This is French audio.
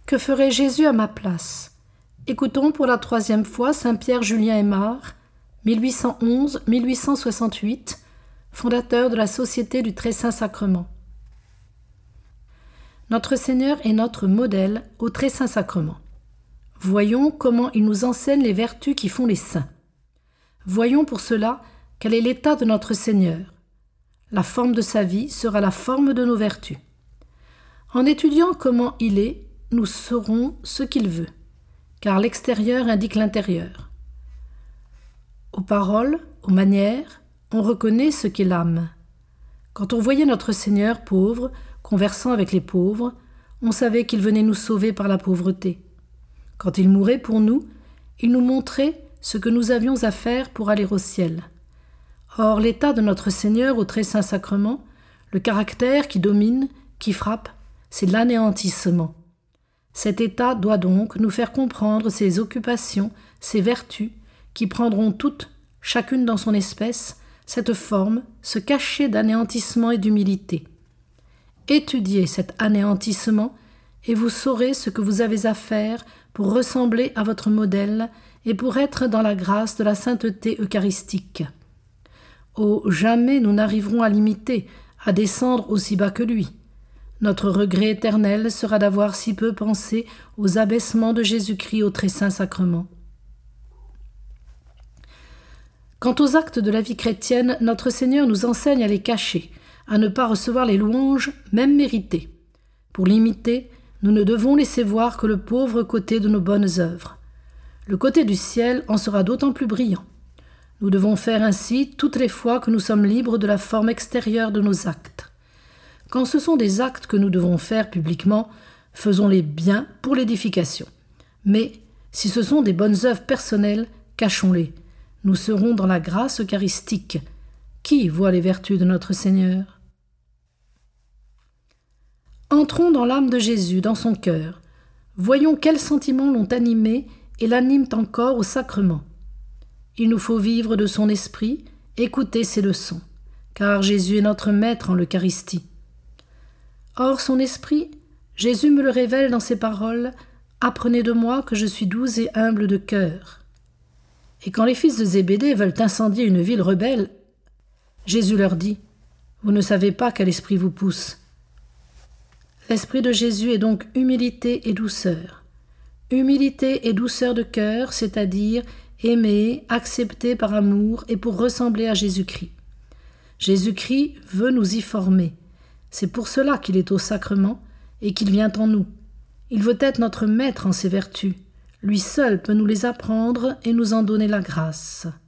Que ferait Jésus à ma place? Écoutons pour la 3e fois Saint-Pierre Julien Aymar, 1811-1868, fondateur de la Société du Très Saint Sacrement. Notre Seigneur est notre modèle au Très Saint Sacrement. Voyons comment il nous enseigne les vertus qui font les saints. Voyons pour cela quel est l'état de notre Seigneur. La forme de sa vie sera la forme de nos vertus. En étudiant comment il est, nous saurons ce qu'il veut, car l'extérieur indique l'intérieur. Aux paroles, aux manières, on reconnaît ce qu'est l'âme. Quand on voyait notre Seigneur pauvre, conversant avec les pauvres, on savait qu'il venait nous sauver par la pauvreté. Quand il mourait pour nous, il nous montrait ce que nous avions à faire pour aller au ciel. Or, l'état de notre Seigneur au Très Saint Sacrement, le caractère qui domine, qui frappe, c'est l'anéantissement. Cet état doit donc nous faire comprendre ses occupations, ses vertus, qui prendront toutes, chacune dans son espèce, cette forme, ce cachet d'anéantissement et d'humilité. Étudiez cet anéantissement et vous saurez ce que vous avez à faire pour ressembler à votre modèle et pour être dans la grâce de la sainteté eucharistique. Oh, jamais nous n'arriverons à l'imiter, à descendre aussi bas que lui. Notre regret éternel sera d'avoir si peu pensé aux abaissements de Jésus-Christ au Très Saint Sacrement. Quant aux actes de la vie chrétienne, notre Seigneur nous enseigne à les cacher, à ne pas recevoir les louanges, même méritées. Pour l'imiter, nous ne devons laisser voir que le pauvre côté de nos bonnes œuvres. Le côté du ciel en sera d'autant plus brillant. Nous devons faire ainsi toutes les fois que nous sommes libres de la forme extérieure de nos actes. Quand ce sont des actes que nous devons faire publiquement, faisons-les bien pour l'édification. Mais si ce sont des bonnes œuvres personnelles, cachons-les. Nous serons dans la grâce eucharistique. Qui voit les vertus de notre Seigneur? Entrons dans l'âme de Jésus, dans son cœur. Voyons quels sentiments l'ont animé et l'animent encore au sacrement. Il nous faut vivre de son esprit, écouter ses leçons, car Jésus est notre maître en l'Eucharistie. Or, son esprit, Jésus me le révèle dans ses paroles « Apprenez de moi que je suis doux et humble de cœur ». Et quand les fils de Zébédée veulent incendier une ville rebelle, Jésus leur dit « Vous ne savez pas quel esprit vous pousse ». L'esprit de Jésus est donc humilité et douceur. Humilité et douceur de cœur, c'est-à-dire aimer, accepter par amour et pour ressembler à Jésus-Christ. Jésus-Christ veut nous y former. C'est pour cela qu'il est au sacrement et qu'il vient en nous. Il veut être notre maître en ses vertus. Lui seul peut nous les apprendre et nous en donner la grâce.